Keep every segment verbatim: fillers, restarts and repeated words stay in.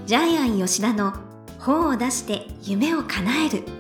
ジャイアン吉田の本を出して夢を叶える。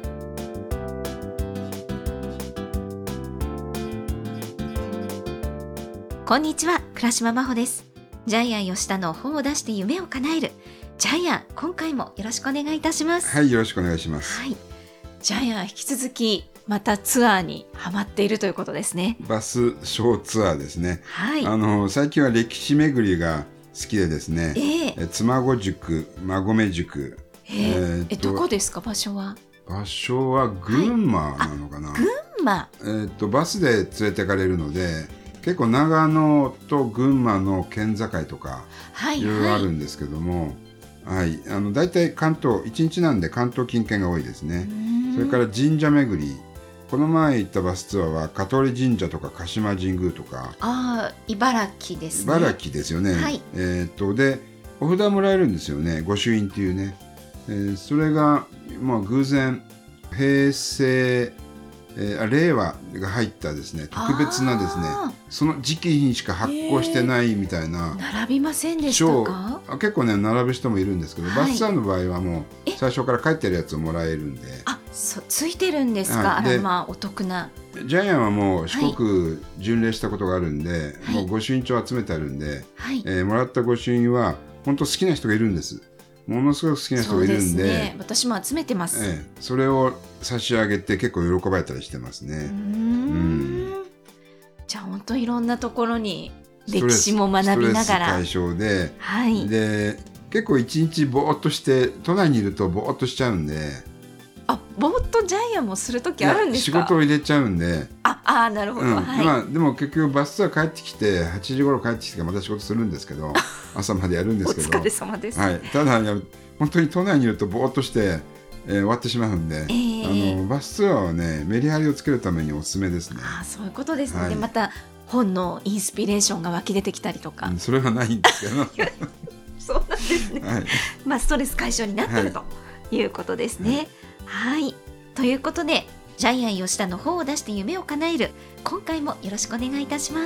こんにちは、倉島真帆です。ジャイアン吉田の本を出して夢を叶える。ジャイアン、今回もよろしくお願いいたします。 はい、よろしくお願いします。 はい、ジャイアン引き続きまたツアーにハマっているということですね。 バスショーツアーですね。 はい、 あの最近は歴史巡りが好きでですね、 えー、 え妻籠宿、馬込宿、 えーえー、どこですか、場所は？ 場所は群馬なのかな、 はい、群馬、 えー、とバスで連れてかれるので、結構長野と群馬の県境とか、はい、いろいろあるんですけども、はい、あのだいたい関東いちにちなんで関東近県が多いですね。それから神社巡り、この前行ったバスツアーは香取神社とか鹿島神宮とか、 あ、茨城ですね。 茨城ですよね、はい、えー、っとでお札もらえるんですよね、御朱印っていうね、えー、それが、まあ、偶然平成、えー、令和が入ったですね、特別なですね、その時期にしか発行してないみたいな、 並びませんでしたか？ 結構ね並ぶ人もいるんですけど、はい、バスツアーの場合はもう最初から書いてるやつをもらえるんで。 あ、そついてるんですか、はい、あらまあお得な。 ジャイアンはもう四国巡礼したことがあるんで、はい、もう御朱印帳集めてあるんで、はい、えー、もらった御朱印は本当好きな人がいるんです。ものすごく好きな人がいるんで、そうですね、 私も集めてます、 えー、それを差し上げて結構喜ばれたりしてますね。うーん、うん、 じゃあ本当いろんなところに歴史も学びながら、 ストレス解消で、 はい、で結構一日ぼーっとして都内にいるとぼーっとしちゃうんで、 あ、ぼーっとジャイアンもするときあるんですか？ 仕事を入れちゃうんで、 ああ、なるほど、うん、はい、 まあ、でも結局バスツアー帰ってきてはちじ頃帰ってきてまた仕事するんですけど朝までやるんですけど、 お疲れ様です、 はい、ただ本当に都内にいるとぼーっとして、えー、終わってしまうんで、えー、あのバスツアーはねメリハリをつけるためにおすすめですね。 あ、そういうことですね、はい、でまた本のインスピレーションが湧き出てきたりとか、 うん、それはないんですけどそうなんですね、はい、まあ、ストレス解消になっている、はい、ということですね。はい、はい、ということでジャイアン吉田の本を出して夢を叶える、今回もよろしくお願いいたします。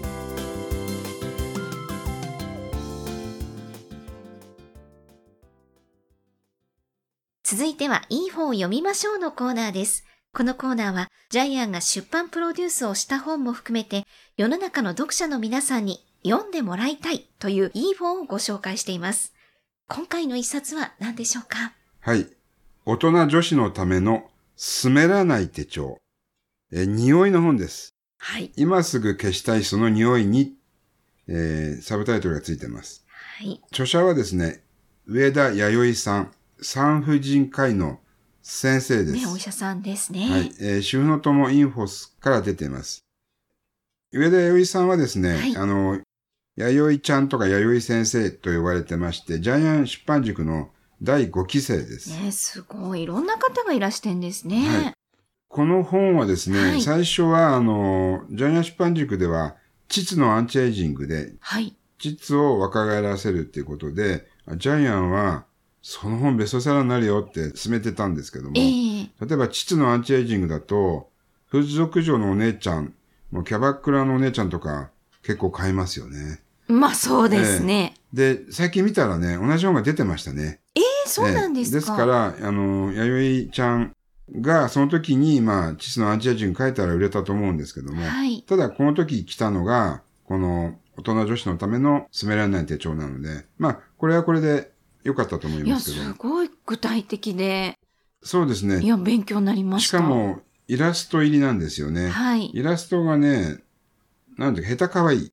続いてはいい本を読みましょうのコーナーです。このコーナーはジャイアンが出版プロデュースをした本も含めて、世の中の読者の皆さんに読んでもらいたいといういい本をご紹介しています。今回の一冊は何でしょうか？ はい、大人女子のための滑らない手帳、え匂いの本です。はい、今すぐ消したいその匂いに、えー、サブタイトルがついています。はい、著者はですね、上田弥生さん、産婦人科医の先生です。 ね、お医者さんですね。 はい、えー、主婦の友インフォスから出ています。上田弥生さんはですね、はい、あの、弥生ちゃんとか弥生先生と呼ばれてまして、ジャイアン出版塾のだいごきせいです。 ね、すごい。いろんな方がいらしてんですね。はい、 この本はですね、はい、最初は、あの、ジャイアン出版塾では、膣のアンチエイジングで、はい、膣を若返らせるっていうことで、ジャイアンは、その本ベストセラーになるよって勧めてたんですけども、えー、例えば膣のアンチエイジングだと、風俗嬢のお姉ちゃん、もうキャバクラのお姉ちゃんとか結構買いますよね。 まあそうですね。 えー、で、最近見たらね、同じ本が出てましたね。 えー、そうなんですか？ えー、ですから、あの、弥生ちゃんがその時に、まあ、膣のアンチエイジング書いたら売れたと思うんですけども、はい、ただこの時来たのが、この大人女子のための滑らない手帳なので、まあ、これはこれで良かったと思いますけど。 いや、すごい具体的で。 そうですね。 いや、勉強になりました。 しかも、イラスト入りなんですよね。はい。イラストがね、なんていうか、下手かわいい。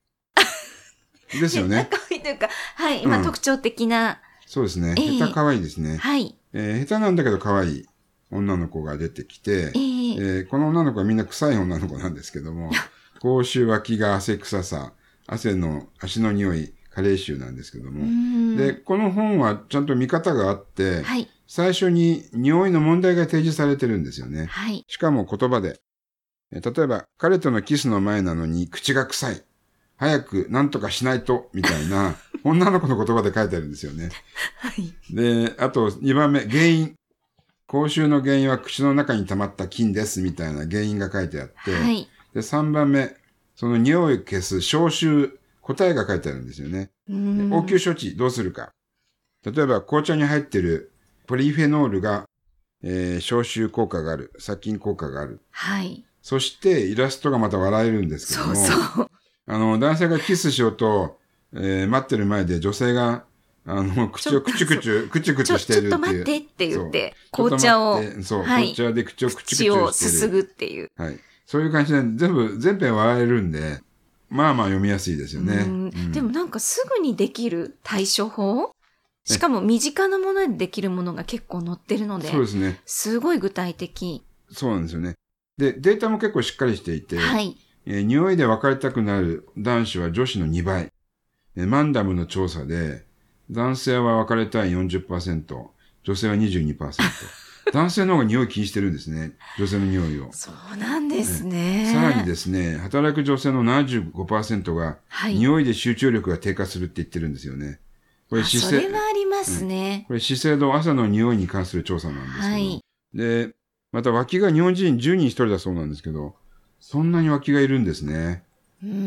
ですよね。 下手かわいいというか、はい、今、うん、特徴的な。 そうですね。下手かわいいですね。えー、 はい。 えー、下手なんだけどかわいい女の子が出てきて、えーえー、この女の子はみんな臭い女の子なんですけども、口臭、脇が汗臭さ、汗の足の匂い、加齢臭なんですけども。で、この本はちゃんと見方があって、はい、最初に匂いの問題が提示されてるんですよね。はい、しかも言葉で。例えば、彼とのキスの前なのに口が臭い。早く何とかしないと、みたいな、女の子の言葉で書いてあるんですよね。はい、で、あとにばんめ、原因。口臭の原因は口の中に溜まった菌です、みたいな原因が書いてあって、はい、でさんばんめ、その匂いを消す消臭、答えが書いてあるんですよね。応急処置どうするか。 例えば紅茶に入ってるポリフェノールが、えー、消臭効果がある、殺菌効果がある。 はい。 そしてイラストがまた笑えるんですけども、 そうそう。 あの、男性がキスしようと、えー、待ってる前で女性が、あの、口をクチュクチュ、クチュクチュしてるっていう。 ちょっと待ってって言って、紅茶を。 そう、 はい、 紅茶で口をクチュクチュしてる。 口をすすぐっていう。 はい。そういう感じで全部、全編笑えるんで、まあまあ読みやすいですよね。うん、 でもなんかすぐにできる対処法、しかも身近なものでできるものが結構載ってるので、 そうですね。 すごい具体的。 そうなんですよね。で、データも結構しっかりしていて、 はい。 えー、匂いで別れたくなる男子は女子のにばい。えー、マンダムの調査で、男性は別れたい よんじゅっパーセント、女性は にじゅうにパーセント。男性の方が匂い気にしてるんですね。女性の匂いを。 そうなんですね。 さらにですね、働く女性の ななじゅうごパーセント が、はい、匂いで集中力が低下するって言ってるんですよね。 これ姿勢、それはありますね。 うん、これ資生堂朝の匂いに関する調査なんですけど。はい、で、また脇が日本人じゅうにんひとりだそうなんですけど、そんなに脇がいるんですね。 うーん、うん、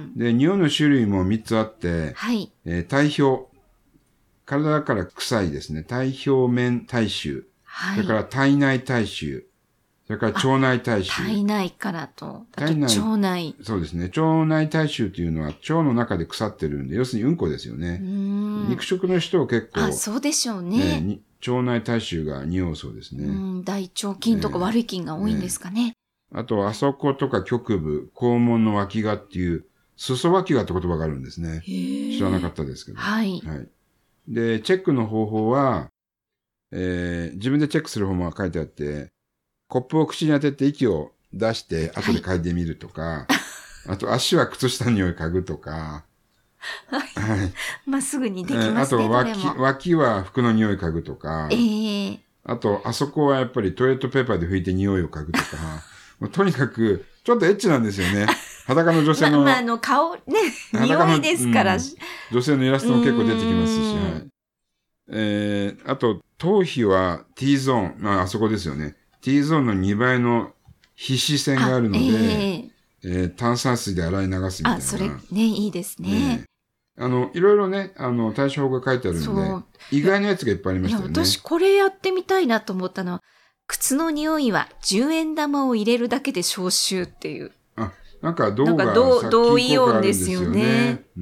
で、匂いの種類もみっつあって、 はい、 えー、体表。体から臭いですね。体表面体臭。はい、それから体内体臭。それから腸内体臭。 体内からと、あと腸内。 そうですね。腸内体臭というのは腸の中で腐ってるんで、要するにうんこですよね。うん肉食の人を結構。 あ、そうでしょうね。 ね腸内体臭が匂うそうですね。 うん大腸菌とか悪い菌が多いんですかね。ねあと、あそことか局部、肛門の脇がっていう、裾脇がって言葉があるんですね。知らなかったですけど。 はい。 はいで、チェックの方法は、えー、自分でチェックする方法が書いてあって、コップを口に当てて息を出して後で嗅いでみるとか、はい、あと足は靴下の匂い嗅ぐとか、 はい。はい、まあ、すぐにできますね。 あと脇、脇は服の匂い嗅ぐとか、 えー、 あと、あそこはやっぱりトイレットペーパーで拭いて匂いを嗅ぐとか、もうとにかく、ちょっとエッチなんですよね。裸の女性の。 まあ、まあ、あの、顔、ね、匂いですから、うん。 女性のイラストも結構出てきますし、はい。えー、あと、頭皮は T ゾーン、まあ、あそこですよね。T ゾーンのにばいの皮脂腺があるので、えーえー、炭酸水で洗い流すみたいな。 あ、それね、いいですね。ねあの、いろいろね、あの、対処法が書いてあるんで、意外なやつがいっぱいありましたよね。 いや、私これやってみたいなと思ったのは、靴の匂いはじゅうえん玉を入れるだけで消臭っていう。 あ、なんか銅が同イオンですよね。 うん。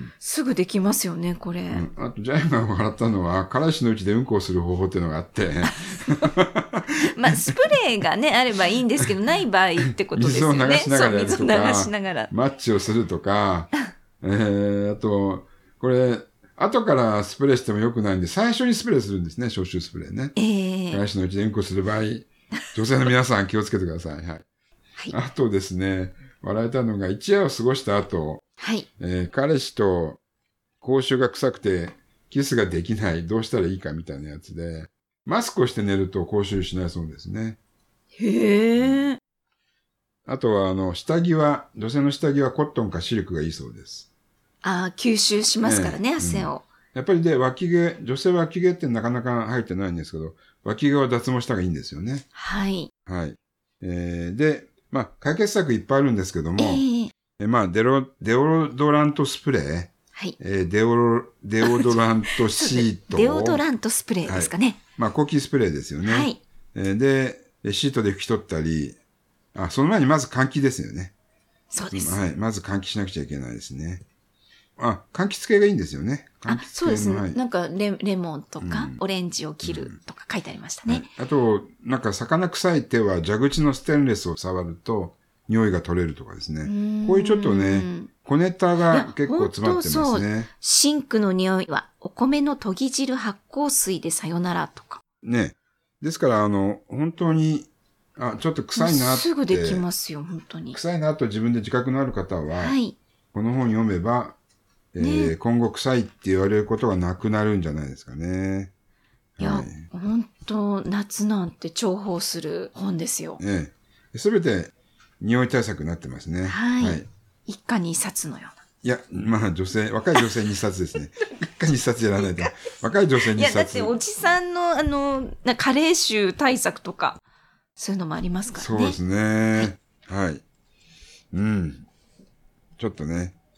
すぐできますよね、これ。うん、 あと、ジャイアンが笑ったのは、彼氏のうちでうんこをする方法っていうのがあって。 まあ、スプレーがね、あればいいんですけど、ない場合ってことですよね。 水を流しながらやるとか、 水を流しながら。 マッチをするとか、えー、あと、これ、後からスプレーしてもよくないんで、最初にスプレーするんですね、消臭スプレーね。 えー、 彼氏のうちでうんこする場合、女性の皆さん気をつけてください。はい。はい、あとですね、笑えたのが、一夜を過ごした後、 はいえー、彼氏と口臭が臭くてキスができない、どうしたらいいかみたいなやつで、マスクをして寝ると口臭しないそうですね。 へえ。 あとは、あの、下着は、女性の下着はコットンかシルクがいいそうです。 ああ、吸収しますからね、 ね汗を、うん。 やっぱりで、脇毛、女性は脇毛ってなかなか入ってないんですけど、脇毛は脱毛した方がいいんですよね。 はい。 はい。えー、で、まあ、解決策いっぱいあるんですけども、えー、 えまあ、デロ、デオドラントスプレー、 はい。 えー、デオ、デオドラントシート。 デオドラントスプレーですかね。はい、 まあ、コーキースプレーですよね。 はい。 えー、で、シートで拭き取ったり、あ、その前にまず換気ですよね。 そうです。 はい。まず換気しなくちゃいけないですね。あ、柑橘系がいいんですよね。柑橘系の。 あ、そうですね。 はい、 なんかレ、レモンとか、うん、オレンジを切るとか書いてありましたね。 うん、あと、なんか魚臭い手は蛇口のステンレスを触ると匂いが取れるとかですね。こういうちょっとね、小ネタが結構詰まってますね。 シンクの匂いはお米の研ぎ汁発酵水でさよならとか。 ね。ですから、あの、本当に、あ、ちょっと臭いなって。 すぐできますよ、本当に。 臭いなと自分で自覚のある方は、 はい、 この本読めば、えーね、今後臭いって言われることがなくなるんじゃないですかね。 いや、はい、本当夏なんて重宝する本ですよ。 ええ。すべて匂い対策になってますね。 はい。はい、一家に一冊のような。 いや、まあ女性、若い女性に一冊ですね。一家に一冊じゃらないと。若い女性に一冊。 いや、だっておじさんのあの、な加齢臭対策とか、そういうのもありますからね。 そうですね。はい。はい、うん。ちょっとね。え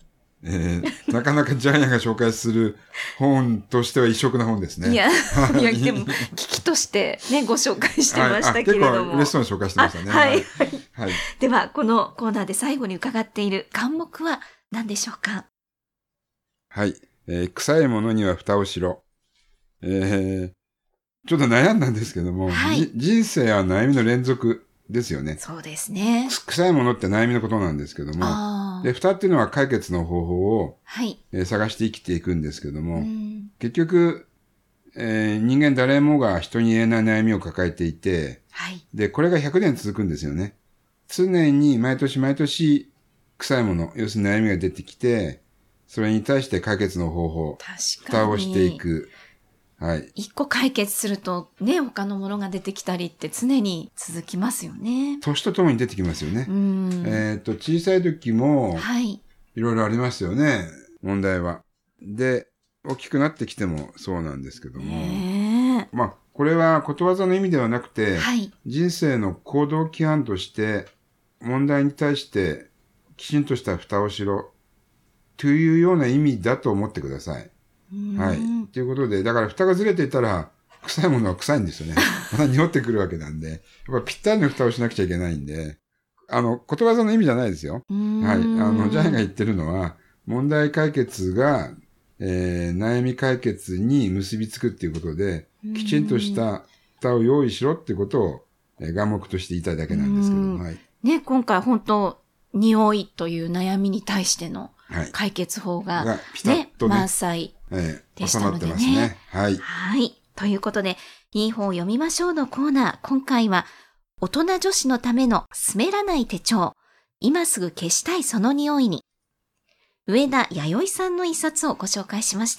えー、なかなかジャイアンが紹介する本としては異色な本ですね。 いや、いやでも危機としてねご紹介してましたけれども、はい、 結構嬉しそうに紹介してましたね。 はい、はいはい、 ではこのコーナーで最後に伺っている願目は何でしょうか？ はい、えー、臭いものには蓋をしろ。えー、ちょっと悩んだんですけども、はい、人生は悩みの連続ですよね。 そうですね。 臭いものって悩みのことなんですけども、で、蓋っていうのは解決の方法を、はいえー、探して生きていくんですけども、結局、えー、人間誰もが人に言えない悩みを抱えていて、はい、で、これがひゃくねん続くんですよね。常に毎年毎年臭いもの、要するに悩みが出てきて、それに対して解決の方法、蓋をしていく。はい。 一個解決するとね、他のものが出てきたりって常に続きますよね。 年とともに出てきますよね。うんえっと、小さい時も、はい。いろいろありますよね、問題は。で、大きくなってきてもそうなんですけども。ねまあ、これはことわざの意味ではなくて、はい。人生の行動規範として、問題に対してきちんとした蓋をしろ、というような意味だと思ってください。はい。ということで、だから蓋がずれていたら、臭いものは臭いんですよね。また匂ってくるわけなんで、やっぱぴったりの蓋をしなくちゃいけないんで、あの、ことわざの意味じゃないですよ。はい。あの、ジャイアンが言ってるのは、問題解決が、えー、悩み解決に結びつくっていうことで、きちんとした蓋を用意しろっていうことを、えー、願目として言いたいだけなんですけども、はい。 ね、今回本当、匂いという悩みに対しての解決法が、ね、はい、ね満載でしたのでね。ええ、収まってますね。はい。はい。ということで、いい本を読みましょうのコーナー。今回は、大人女子のための滑らない手帳。今すぐ消したいその匂いに。上田弥生さんの一冊をご紹介しました。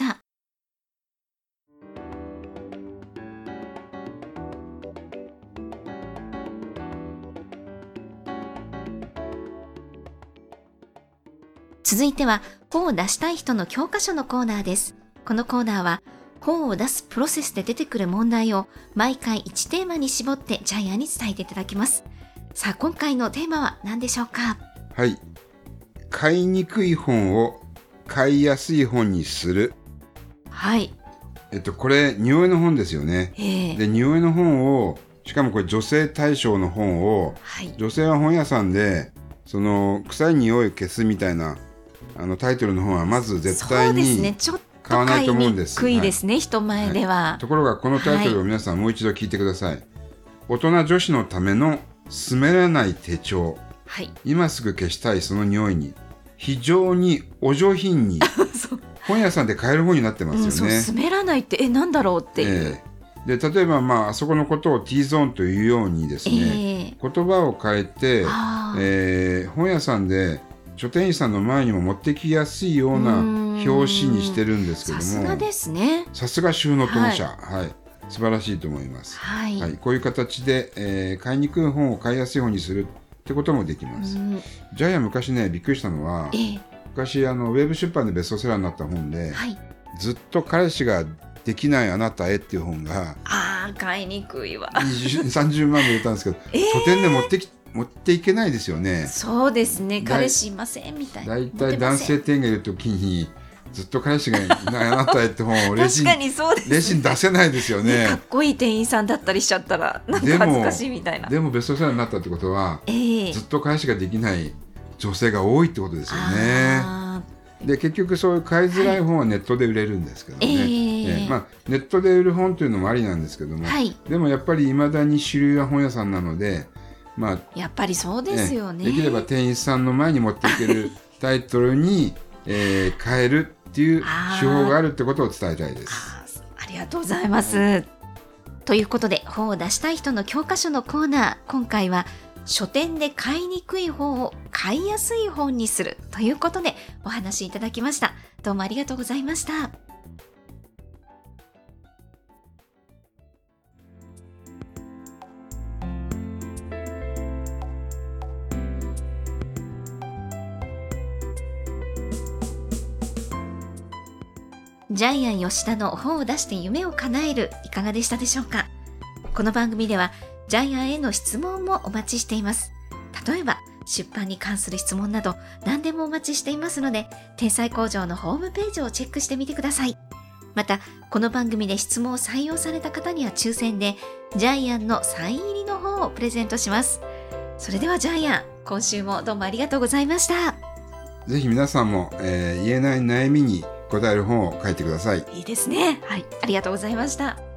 続いては、本を出したい人の教科書のコーナーです。このコーナーは、本を出すプロセスで出てくる問題を毎回いちテーマに絞ってジャイアンに伝えていただきます。さあ、今回のテーマは何でしょうか？ はい。買いにくい本を買いやすい本にする。 はい。 えっと、これ、匂いの本ですよね。えー、で、匂いの本を、しかもこれ女性対象の本を、はい、女性は本屋さんで、その、臭い匂いを消すみたいな、あのタイトルの本はまず絶対に買わないと思うんです。 そうですね。ちょっと買いにくいですね、はい、人前では、はい。 ところがこのタイトルを皆さんもう一度聞いてください。はい、大人女子のための滑らない手帳。はい、今すぐ消したいその匂いに。非常にお上品に本屋さんで買える本になってますよね。うん、 そう滑らないってえなんだろうっていう。 えー、で例えば、まあ、あそこのことを T ゾーンというようにですね、えー、言葉を変えて、えー、本屋さんで書店員さんの前にも持ってきやすいような表紙にしてるんですけども、さすがですね。 さすが収納当社、はいはい、素晴らしいと思います。はいはい、こういう形で、えー、買いにくい本を買いやすい本にするってこともできます。ジャイアン昔ねびっくりしたのは、えー、昔あのウェブ出版でベストセラーになった本で、はい、ずっと彼氏ができないあなたへっていう本があー買いにくいわにじゅう、さんじゅうまんも売れたんですけど、えー、書店で持ってき持っていけないですよね。 そうですね。彼氏いませんみたいな。 だいたい男性店がいるときにずっと彼氏がいないあなたへって本をレジン、確かにそうですね、レジン出せないですよね。 かっこいい店員さんだったりしちゃったらなんか恥ずかしいみたいな。 でも、でもベストセラーになったってことは、えー、ずっと彼氏ができない女性が多いってことですよね。で結局そういう買いづらい本はネットで売れるんですけどね、はいえーえーまあ、ネットで売る本というのもありなんですけども、はい、でもやっぱり未だに主流は本屋さんなので、まあ、 やっぱりそうですよね。 できれば店員さんの前に持っていけるタイトルに、えー、変えるっていう手法があるってことを伝えたいです。 あ, ありがとうございます、はい、ということで本を出したい人の教科書のコーナー、今回は書店で買いにくい本を買いやすい本にするということでお話しいただきました。どうもありがとうございました。ジャイアン吉田の本を出して夢を叶える、いかがでしたでしょうか。この番組ではジャイアンへの質問もお待ちしています。例えば出版に関する質問など何でもお待ちしていますので、天才工場のホームページをチェックしてみてください。また、この番組で質問を採用された方には抽選で、ジャイアンのサイン入りの本をプレゼントします。それではジャイアン、今週もどうもありがとうございました。 ぜひ皆さんも、えー、言えない悩みに答える本を書いてください。 いいですね。はい、ありがとうございました。